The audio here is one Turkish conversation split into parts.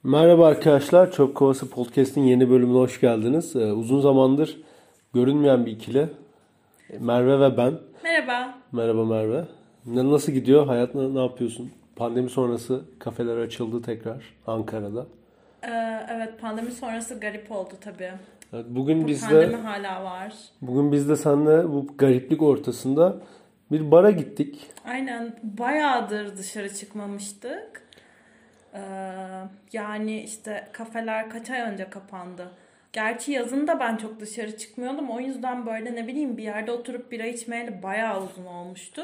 Merhaba arkadaşlar, Çöp Kovası Podcast'in yeni bölümüne hoş geldiniz. Uzun zamandır görünmeyen bir ikili, Merve ve ben. Merhaba. Merhaba Merve. Nasıl gidiyor? Hayat ne yapıyorsun? Pandemi sonrası kafeler açıldı tekrar Ankara'da. Evet, pandemi sonrası garip oldu tabii. Evet, bugün Bu biz pandemi de hala var. bugün biz de seninle bu gariplik ortasında bir bara gittik. Aynen, bayağıdır dışarı çıkmamıştık. Ee, Yani işte kafeler kaç ay önce kapandı. Gerçi yazın da ben çok dışarı çıkmıyordum. O yüzden böyle ne bileyim bir yerde oturup bira içmeyeli bayağı uzun olmuştu.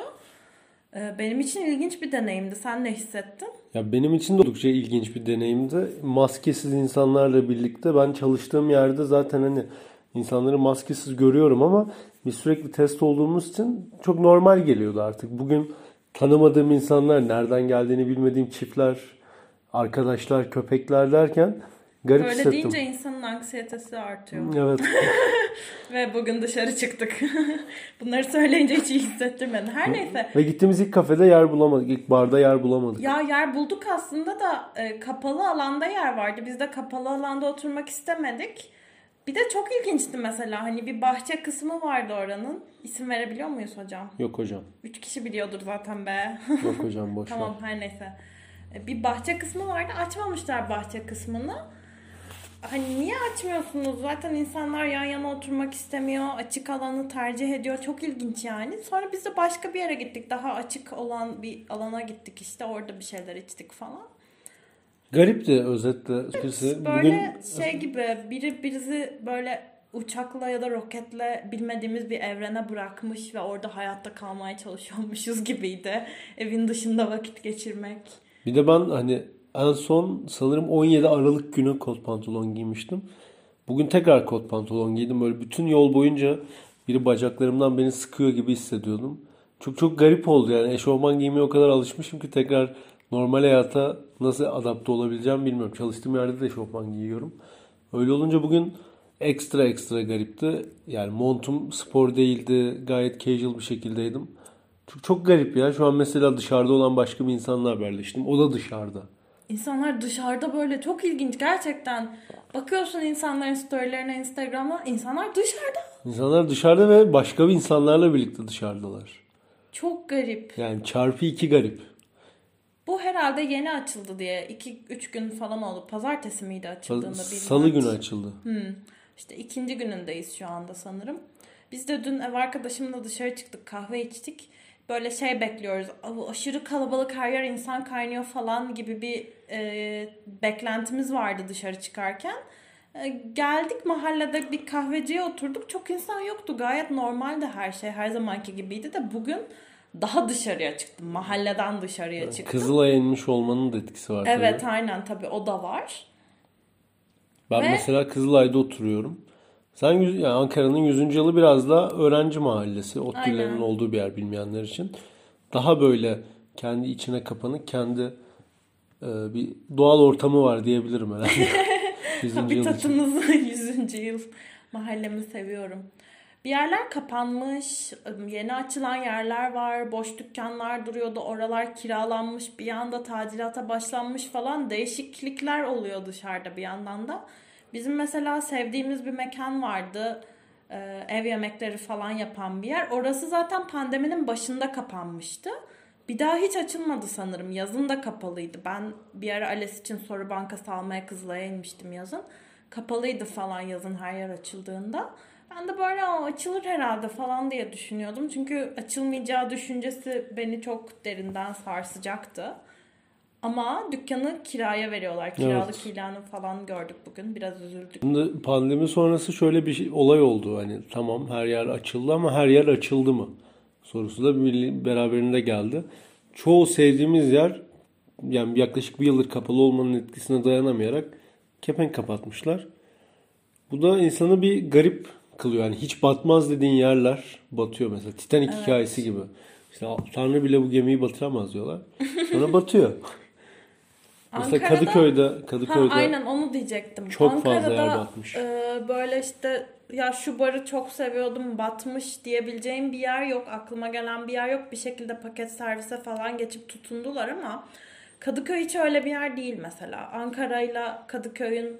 Benim için ilginç bir deneyimdi. Sen ne hissettin? Ya benim için de oldukça ilginç bir deneyimdi. Maskesiz insanlarla birlikte ben çalıştığım yerde zaten hani insanları maskesiz görüyorum ama biz sürekli test olduğumuz için çok normal geliyordu artık. Bugün tanımadığım insanlar, nereden geldiğini bilmediğim çiftler, arkadaşlar, köpekler derken garip Öyle hissettim. deyince insanın anksiyetesi artıyor. Evet. Ve bugün dışarı çıktık. Bunları söyleyince hiç iyi hissettirmedi. Her neyse. Ve gittiğimiz ilk kafede yer bulamadık. İlk barda yer bulamadık. Ya yer bulduk aslında da kapalı alanda yer vardı. Biz de kapalı alanda oturmak istemedik. Bir de çok ilginçti mesela. Hani bir bahçe kısmı vardı oranın. İsim verebiliyor muyuz hocam? Yok hocam. 3 kişi biliyordur zaten be. Yok hocam boş ver. Tamam, her neyse. Bir bahçe kısmı vardı. Açmamışlar bahçe kısmını. Hani niye açmıyorsunuz? Zaten insanlar yan yana oturmak istemiyor. Açık alanı tercih ediyor. Çok ilginç yani. Sonra biz de başka bir yere gittik. Daha açık olan bir alana gittik işte. Orada bir şeyler içtik falan. Garipti özetle. Açıkçası Böyle şey gibi biri bizi böyle uçakla ya da roketle bilmediğimiz bir evrene bırakmış ve orada hayatta kalmaya çalışıyormuşuz gibiydi. Evin dışında vakit geçirmek. Bir de ben hani en son sanırım 17 Aralık günü kot pantolon giymiştim. Bugün tekrar kot pantolon giydim. Böyle bütün yol boyunca biri bacaklarımdan beni sıkıyor gibi hissediyordum. Çok çok garip oldu yani. Eşofman giymeye o kadar alışmışım ki tekrar normal hayata nasıl adapte olabileceğim bilmiyorum. Çalıştığım yerde de eşofman giyiyorum. Öyle olunca bugün ekstra ekstra garipti. Yani montum spor değildi. Gayet casual bir şekildeydim. Çok, çok garip ya. Şu an mesela dışarıda olan başka bir insanla haberleştim. O da dışarıda. İnsanlar dışarıda böyle çok ilginç gerçekten. Bakıyorsun insanların storylerine Instagram'a, insanlar dışarıda. İnsanlar dışarıda ve başka bir insanlarla birlikte dışarıdalar. Çok garip. Yani çarpı iki garip. Bu herhalde yeni açıldı diye 2-3 gün falan oldu. Pazartesi miydi açıldığında bir Salı günü maç? açıldı. İşte ikinci günündeyiz şu anda sanırım. Biz de dün ev arkadaşımla dışarı çıktık, kahve içtik. Böyle şey bekliyoruz. Aşırı kalabalık, her yer insan kaynıyor falan gibi bir beklentimiz vardı dışarı çıkarken. Geldik, mahallede bir kahveciye oturduk. Çok insan yoktu. Gayet normaldi her şey. Her zamanki gibiydi de bugün daha dışarıya çıktım. Mahalleden dışarıya çıktım. Kızılay'a inmiş olmanın da etkisi var Evet, tabii. aynen, tabii o da var. Ben Ve mesela Kızılay'da oturuyorum. Yani Ankara'nın 100. yılı biraz daha öğrenci mahallesi. ODTÜ'lerin aynen. olduğu bir yer bilmeyenler için. Daha böyle kendi içine kapanık, kendi bir doğal ortamı var diyebilirim herhalde. 100. yıl için. Habitatımızı 100. yıl mahallemi seviyorum. Bir yerler kapanmış, yeni açılan yerler var, boş dükkanlar duruyordu, oralar kiralanmış, bir anda tadilata başlanmış falan, değişiklikler oluyor dışarıda bir yandan da. Bizim mesela sevdiğimiz bir mekan vardı, ev yemekleri falan yapan bir yer. Orası zaten pandeminin başında kapanmıştı. Bir daha hiç açılmadı sanırım. Yazın da kapalıydı. Ben bir ara ALES için soru bankası almaya Kızılay'a inmiştim yazın. Kapalıydı falan yazın her yer açıldığında. Ben de böyle açılır herhalde falan diye düşünüyordum. Çünkü açılmayacağı düşüncesi beni çok derinden sarsacaktı. Ama dükkanı kiraya veriyorlar. Kiralık Evet. ilanı falan gördük bugün. Biraz üzüldük. Şimdi pandemi sonrası şöyle bir olay oldu. Hani tamam her yer açıldı ama her yer açıldı mı? Sorusu da beraberinde geldi. Çoğu sevdiğimiz yer yani yaklaşık bir yıldır kapalı olmanın etkisine dayanamayarak kepenk kapatmışlar. Bu da insanı bir garip kılıyor. Yani hiç batmaz dediğin yerler batıyor mesela. Titanic hikayesi Evet. gibi. İşte Tanrı bile bu gemiyi batıramaz diyorlar. Sonra batıyor. Mesela Ankara'da Kadıköy'de aynen onu diyecektim. çok fazla yer Ankara'da batmış. böyle işte ya şu barı çok seviyordum batmış diyebileceğim bir yer yok. Aklıma gelen bir yer yok. Bir şekilde paket servise falan geçip tutundular ama Kadıköy hiç öyle bir yer değil mesela. Ankara'yla Kadıköy'ün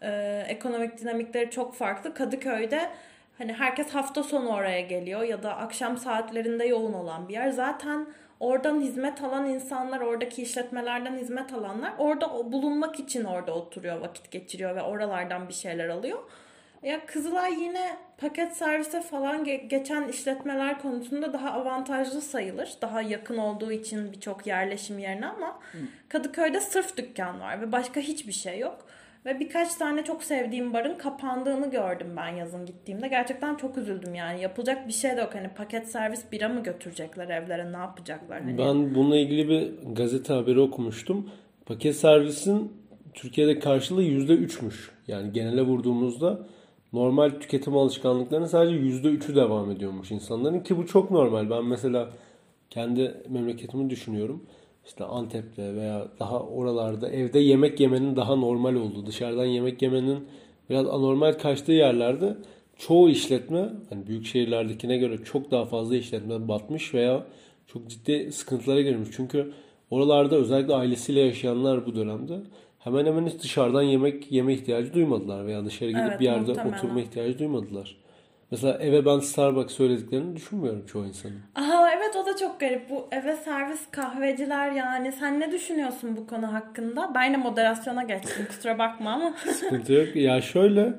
ekonomik dinamikleri çok farklı. Kadıköy'de hani herkes hafta sonu oraya geliyor ya da akşam saatlerinde yoğun olan bir yer. Zaten oradan hizmet alan insanlar, oradaki işletmelerden hizmet alanlar orada bulunmak için orada oturuyor, vakit geçiriyor ve oralardan bir şeyler alıyor. Ya Kızılay yine paket servise falan geçen işletmeler konusunda daha avantajlı sayılır. Daha yakın olduğu için birçok yerleşim yerine ama Kadıköy'de sırf dükkan var ve başka hiçbir şey yok. Ve birkaç tane çok sevdiğim barın kapandığını gördüm ben yazın gittiğimde. Gerçekten çok üzüldüm yani. Yapılacak bir şey de yok. Hani paket servis bira mı götürecekler evlere, ne yapacaklar? Hani... Ben bununla ilgili bir gazete haberi okumuştum. Paket servisin Türkiye'de karşılığı %3'müş. Yani genele vurduğumuzda normal tüketim alışkanlıklarının sadece %3'ü devam ediyormuş insanların, ki bu çok normal. Ben mesela kendi memleketimi düşünüyorum. İşte Antep'te veya daha oralarda evde yemek yemenin daha normal olduğu, dışarıdan yemek yemenin biraz anormal kaçtığı yerlerde çoğu işletme, hani büyük şehirlerdekine göre çok daha fazla işletme batmış veya çok ciddi sıkıntılara girmiş. Çünkü oralarda özellikle ailesiyle yaşayanlar bu dönemde hemen hemen hiç dışarıdan yemek yeme ihtiyacı duymadılar veya dışarı gidip Evet, bir yerde muhtemelen. oturma ihtiyacı duymadılar. Mesela eve ben Starbucks söylediklerini düşünmüyorum çoğu insanın. Aha evet, o da çok garip. Bu eve servis kahveciler, yani sen ne düşünüyorsun bu konu hakkında? Ben de moderasyona geçtim, kusura bakma ama. Sıkıntı yok. Ya şöyle,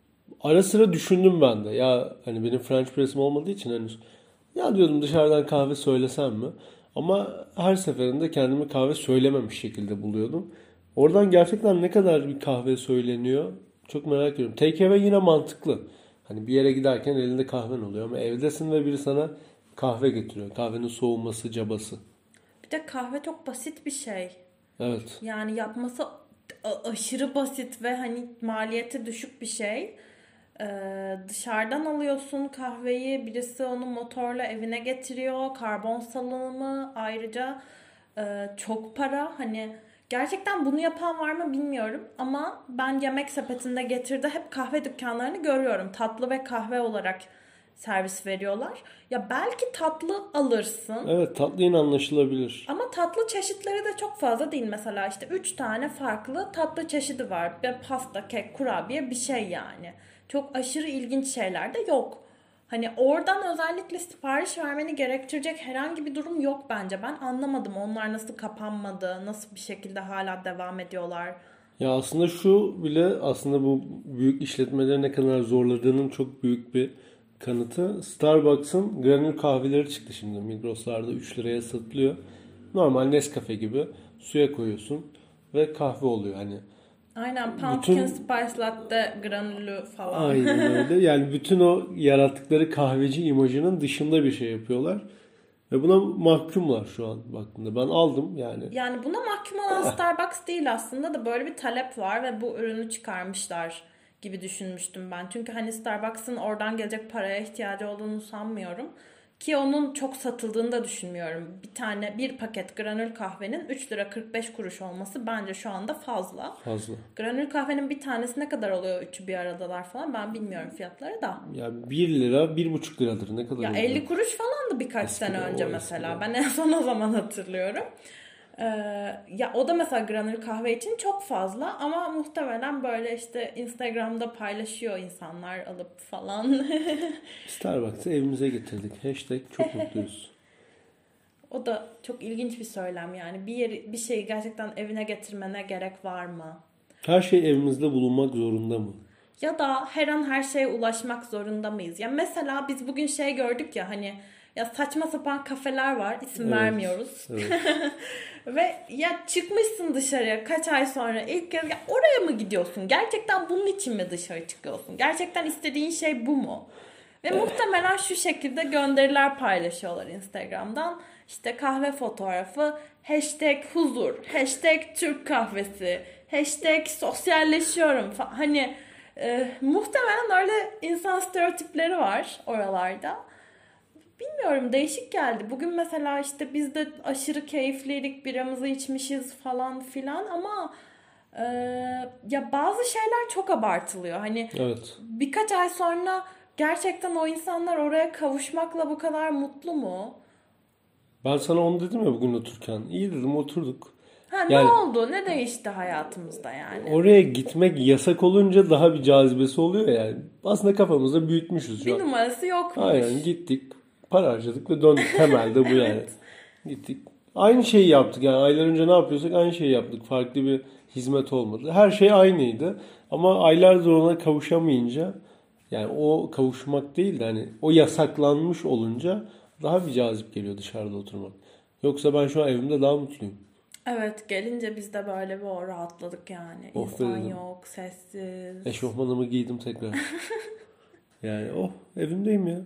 ara sıra düşündüm ben de. Ya hani benim French press'im olmadığı için henüz. Ya diyordum dışarıdan kahve söylesem mi? Ama her seferinde kendimi kahve söylememiş şekilde buluyordum. Oradan gerçekten ne kadar bir kahve söyleniyor çok merak ediyorum. Take away yine mantıklı. Hani bir yere giderken elinde kahven oluyor ama evdesin ve biri sana kahve getiriyor. Kahvenin soğuması, cabası. Bir de kahve çok basit bir şey. Evet. Yani yapması aşırı basit ve hani maliyeti düşük bir şey. Dışarıdan alıyorsun kahveyi, birisi onu motorla evine getiriyor, karbon salınımı ayrıca çok para. Hani gerçekten bunu yapan var mı bilmiyorum ama ben Yemek Sepeti'nde Getir'de hep kahve dükkanlarını görüyorum, tatlı ve kahve olarak servis veriyorlar. Ya belki tatlı alırsın. Evet, tatlı yine anlaşılabilir. Ama tatlı çeşitleri de çok fazla değil. Mesela işte 3 tane farklı tatlı çeşidi var. Bir pasta, kek, kurabiye bir şey yani. Çok aşırı ilginç şeyler de yok. Hani oradan özellikle sipariş vermeni gerektirecek herhangi bir durum yok bence. Ben anlamadım onlar nasıl kapanmadı, nasıl bir şekilde hala devam ediyorlar. Ya aslında şu bile aslında bu büyük işletmeleri ne kadar zorladığının çok büyük bir kanıtı. Starbucks'ın granül kahveleri çıktı şimdi. Migros'larda 3 liraya satılıyor. Normal Nescafe gibi suya koyuyorsun ve kahve oluyor. Hani Aynen, pumpkin bütün spice latte granülü falan. aynen öyle. Yani bütün o yarattıkları kahveci imajının dışında bir şey yapıyorlar. Ve buna mahkumlar şu an baktığında. Ben aldım yani. Yani buna mahkum olan Starbucks değil aslında da böyle bir talep var ve bu ürünü çıkarmışlar gibi düşünmüştüm ben. Çünkü hani Starbucks'ın oradan gelecek paraya ihtiyacı olduğunu sanmıyorum. Ki onun çok satıldığını da düşünmüyorum. Bir paket granül kahvenin 3 lira 45 kuruş olması bence şu anda fazla. Fazla. Granül kahvenin bir tanesi ne kadar oluyor, üçü bir aradalar falan, ben bilmiyorum fiyatları da. Ya 1 lira, 1,5 liradır. Ne kadar Ya oluyor? 50 kuruş falandı birkaç Eskiden, sene önce o mesela. eskiden. Ben en son o zaman hatırlıyorum. Ee, Ya o da mesela granül kahve için çok fazla ama muhtemelen böyle işte Instagram'da paylaşıyor insanlar alıp falan. Starbucks'ı evimize getirdik. Hashtag çok mutluyuz. O da çok ilginç bir söylem yani. Bir şeyi gerçekten evine getirmene gerek var mı? Her şey evimizde bulunmak zorunda mı? Ya da her an her şeye ulaşmak zorunda mıyız? Ya mesela biz bugün şey gördük ya, hani ya saçma sapan kafeler var, isim Evet. vermiyoruz. Evet. Ve ya çıkmışsın dışarıya kaç ay sonra ilk kez, ya oraya mı gidiyorsun? Gerçekten bunun için mi dışarı çıkıyorsun? Gerçekten istediğin şey bu mu? Ve muhtemelen şu şekilde gönderiler paylaşıyorlar Instagram'dan. İşte kahve fotoğrafı, hashtag huzur, hashtag Türk kahvesi, hashtag sosyalleşiyorum falan. Hani muhtemelen öyle insan stereotipleri var oralarda. Bilmiyorum, değişik geldi. Bugün mesela işte biz de aşırı keyifliydik, biramızı içmişiz falan filan ama e, ya bazı şeyler çok abartılıyor. Hani Evet. birkaç ay sonra gerçekten o insanlar oraya kavuşmakla bu kadar mutlu mu? Ben sana onu dedim ya bugün otururken. İyi dedim, oturduk. Ha, ne Yani oldu? Ne değişti hayatımızda yani? oraya gitmek yasak olunca daha bir cazibesi oluyor yani. Aslında kafamızda büyütmüşüz şu Bir an. numarası Aynen yokmuş. gittik, para harcadık ve döndük. Temelde bu yani. Evet. Gittik. Aynı şeyi yaptık yani aylar önce ne yapıyorsak aynı şeyi yaptık. Farklı bir hizmet olmadı. Her şey aynıydı. Ama aylardır ona kavuşamayınca yani o kavuşmak değil de hani o yasaklanmış olunca daha bir cazip geliyor dışarıda oturmak. Yoksa ben şu an evimde daha mutluyum. Evet, gelince biz de böyle bir o rahatladık yani. Oh be İnsan dedim. yok, sessiz. Eşofmanımı giydim tekrar. Yani oh evimdeyim ya.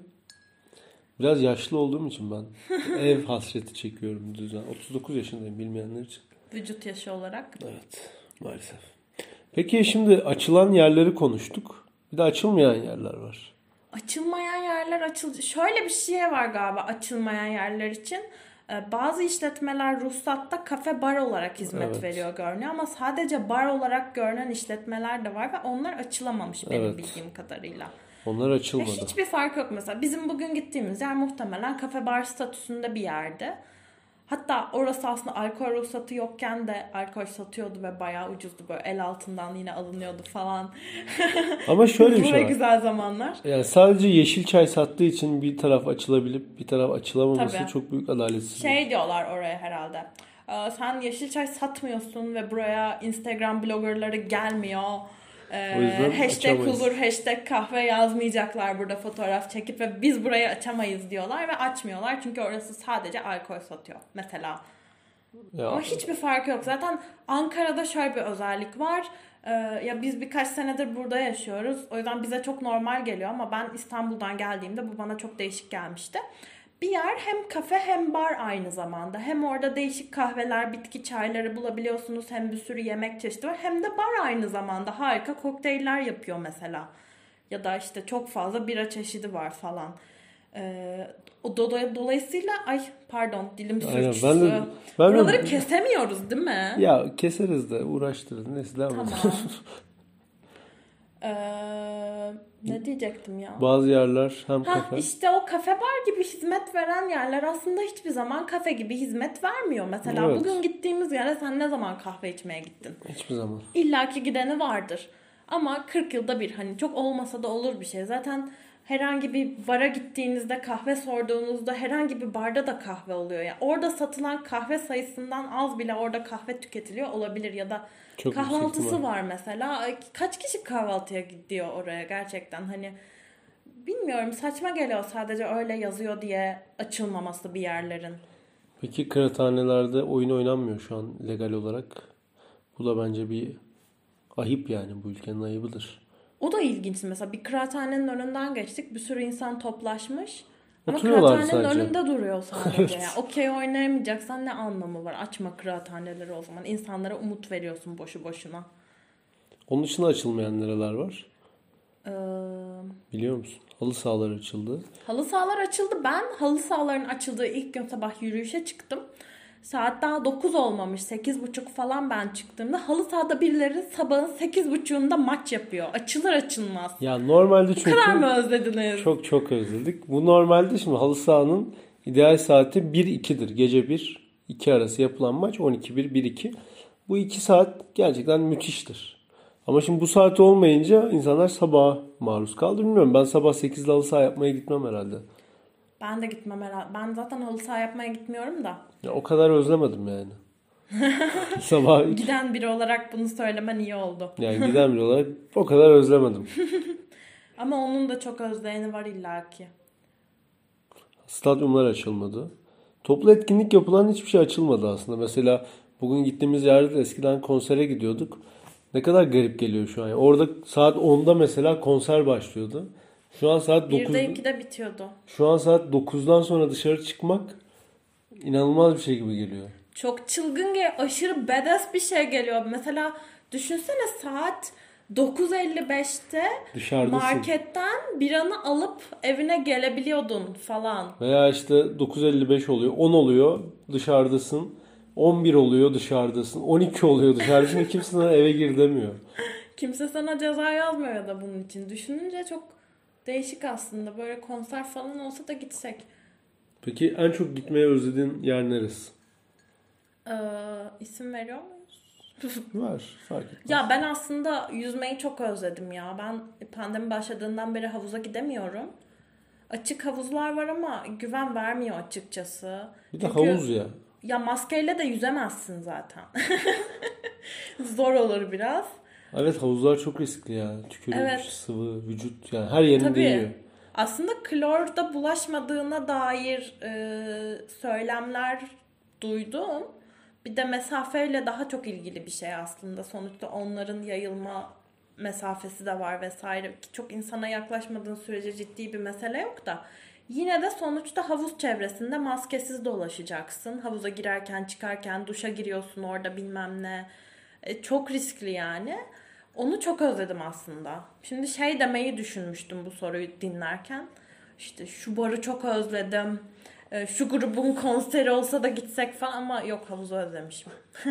Biraz yaşlı olduğum için ben ev hasreti çekiyorum düzen. 39 yaşındayım bilmeyenler için. Vücut yaşı olarak. Evet maalesef. Peki şimdi açılan yerleri konuştuk. Bir de açılmayan yerler var. Açılmayan yerler açıldı. Şöyle bir şey var galiba açılmayan yerler için. Bazı işletmeler ruhsatta kafe bar olarak hizmet Evet. veriyor görünüyor ama sadece bar olarak görünen işletmeler de var ve onlar açılamamış benim Evet. bildiğim kadarıyla. Onlar Ve açılmadı. hiçbir fark yok mesela. Bizim bugün gittiğimiz yer muhtemelen kafe bar statüsünde bir yerde. Hatta orası aslında alkol ruhsatı yokken de alkol satıyordu ve bayağı ucuzdu, böyle el altından yine alınıyordu falan. Ama şöyle bir Bu şey ne var. güzel zamanlar. Yani sadece yeşil çay sattığı için bir taraf açılabilip bir taraf açılamaması Tabii. çok büyük adaletsizlik. Şey diyorlar oraya herhalde. Sen yeşil çay satmıyorsun ve buraya Instagram bloggerları gelmiyor. O yüzden Hashtag açamayız. huzur, hashtag kahve yazmayacaklar burada fotoğraf çekip ve biz burayı açamayız diyorlar ve açmıyorlar. Çünkü orası sadece alkol satıyor mesela. Ya, Ama hiçbir fark yok. Zaten Ankara'da şöyle bir özellik var. Ya biz birkaç senedir burada yaşıyoruz. O yüzden bize çok normal geliyor ama ben İstanbul'dan geldiğimde bu bana çok değişik gelmişti. Bir yer hem kafe hem bar aynı zamanda. Hem orada değişik kahveler, bitki çayları bulabiliyorsunuz. Hem bir sürü yemek çeşidi var. Hem de bar aynı zamanda. Harika kokteyller yapıyor mesela. Ya da işte çok fazla bira çeşidi var falan. Dolayısıyla ay pardon dilim aynen sürçtü. ben Buraları de kesemiyoruz değil mi? ya keseriz de uğraştırırız. Neyse devam edelim. Tamam. Ne diyecektim ya? Bazı yerler hem Ha kafe. işte o kafe bar gibi hizmet veren yerler aslında hiçbir zaman kafe gibi hizmet vermiyor. Mesela Evet. bugün gittiğimiz yere sen ne zaman kahve içmeye gittin? Hiçbir zaman. İlla ki gideni vardır. Ama 40 yılda bir, hani çok olmasa da olur bir şey. Zaten herhangi bir bara gittiğinizde, kahve sorduğunuzda herhangi bir barda da kahve oluyor. Yani orada satılan kahve sayısından az bile orada kahve tüketiliyor olabilir ya da Çok yüksek kahvaltısı ihtimal. var mesela. Ay, kaç kişi kahvaltıya gidiyor oraya gerçekten, hani bilmiyorum, saçma geliyor sadece öyle yazıyor diye açılmaması bir yerlerin. Peki kıraathanelerde oyun oynanmıyor şu an legal olarak. Bu da bence bir ayıp yani bu ülkenin ayıbıdır. O da ilginç, mesela bir kıraathanenin önünden geçtik, bir sürü insan toplaşmış ama Oturuyorlar kıraathanenin sadece. önünde duruyor sadece. Yani okey oynayamayacaksan ne anlamı var? Açma kıraathaneleri o zaman. İnsanlara umut veriyorsun boşu boşuna. Onun dışında açılmayan nereler var? Ee, Biliyor musun? Halı sahalar açıldı. Halı sahalar açıldı. Ben halı sahaların açıldığı ilk gün sabah yürüyüşe çıktım. Saat daha 9 olmamış. 8.30 falan ben çıktığımda halı sahada birileri sabahın 8.30'unda maç yapıyor. Açılır açılmaz. Ya normalde Bu çünkü kadar mı özlediniz? çok çok özledik. Bu normalde şimdi halı sahanın ideal saati 1-2'dir. Gece 1-2 arası yapılan maç 12-1-1-2. Bu 2 saat gerçekten müthiştir. Ama şimdi bu saat olmayınca insanlar sabaha maruz kaldı. Bilmiyorum, ben sabah 8'de halı saha yapmaya gitmem herhalde. Ben de gitmem herhalde. Ben zaten halı saha yapmaya gitmiyorum da. Ya o kadar özlemedim yani. Sabah Giden biri olarak bunu söylemen iyi oldu. yani giden biri olarak o kadar özlemedim. Ama onun da çok özleyeni var illaki. Stadyumlar açılmadı. Toplu etkinlik yapılan hiçbir şey açılmadı aslında. Mesela bugün gittiğimiz yerde de eskiden konsere gidiyorduk. Ne kadar garip geliyor şu an. Yani orada saat 10'da mesela konser başlıyordu. Şu an saat 9'da. 1'de 2'de bitiyordu. Şu an saat 9'dan sonra dışarı çıkmak inanılmaz bir şey gibi geliyor. Çok çılgın geliyor. Aşırı badass bir şey geliyor. Mesela düşünsene, saat 9.55'te Dışarıdasın. marketten biranı alıp evine gelebiliyordun falan. Veya işte 9:55 oluyor, 10 oluyor, dışarıdasın. 11 oluyor, dışarıdasın. 12 oluyor, dışarıdasın ve kimse sana eve gir demiyor. Kimse sana ceza yazmıyor ya da bunun için. Düşününce çok değişik aslında. Böyle konser falan olsa da gitsek. Peki en çok gitmeye özlediğin yer neresi? İsim veriyor muyuz? Var, fark etmez. Ya ben aslında yüzmeyi çok özledim ya. Ben pandemi başladığından beri havuza gidemiyorum. Açık havuzlar var ama güven vermiyor açıkçası. Bir de Çünkü havuz ya. ya maskeyle de yüzemezsin zaten. Zor olur biraz. Evet, havuzlar çok riskli ya. Tükürük, Evet. sıvı, vücut yani her yerin değiyor. Tabii. Aslında klorda bulaşmadığına dair söylemler duydum. Bir de mesafeyle daha çok ilgili bir şey aslında. Sonuçta onların yayılma mesafesi de var vesaire. Çok insana yaklaşmadığın sürece ciddi bir mesele yok da. Yine de sonuçta havuz çevresinde maskesiz dolaşacaksın. Havuza girerken çıkarken duşa giriyorsun orada bilmem ne. Çok riskli yani. Onu çok özledim aslında. Şimdi şey demeyi düşünmüştüm bu soruyu dinlerken. İşte şu barı çok özledim. Şu grubun konseri olsa da gitsek falan ama yok havuzu özlemişim.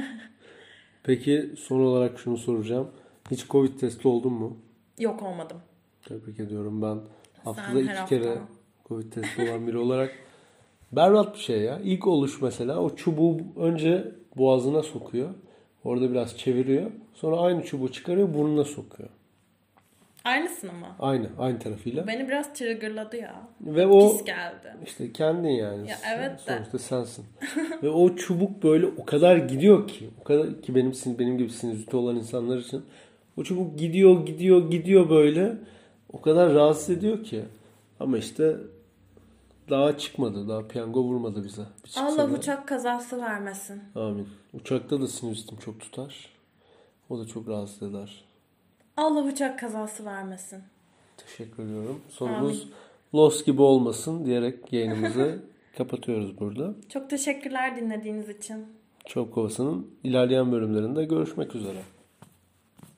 Peki son olarak şunu soracağım. Hiç Covid testi oldun mu? Yok olmadım. Tebrik ediyorum. Ben haftada Sen her 2 hafta. kere Covid testi olan biri olarak berbat bir şey ya. İlk oluş mesela o çubuğu önce boğazına sokuyor. Orada biraz çeviriyor. Sonra aynı çubuğu çıkarıyor, burnuna sokuyor. Aynısını mı? Aynı tarafıyla. Beni biraz triggerladı ya. Ve o Pis geldi. işte kendin yani. Ya evet de. Sonuçta sensin. Ve o çubuk böyle o kadar gidiyor ki, o kadar ki benim gibi sinüziti olan insanlar için o çubuk gidiyor böyle. O kadar rahatsız ediyor ki. Ama işte daha çıkmadı. Daha piyango vurmadı bize. Bir çıksa Allah da- uçak kazası vermesin. Amin. Uçakta da sinüzitim çok tutar. O da çok rahatsız eder. Allah uçak kazası vermesin. Teşekkür ediyorum. Sonumuz los gibi olmasın diyerek yayınımızı kapatıyoruz burada. Çok teşekkürler dinlediğiniz için. Çöp Kovası'nın ilerleyen bölümlerinde görüşmek üzere.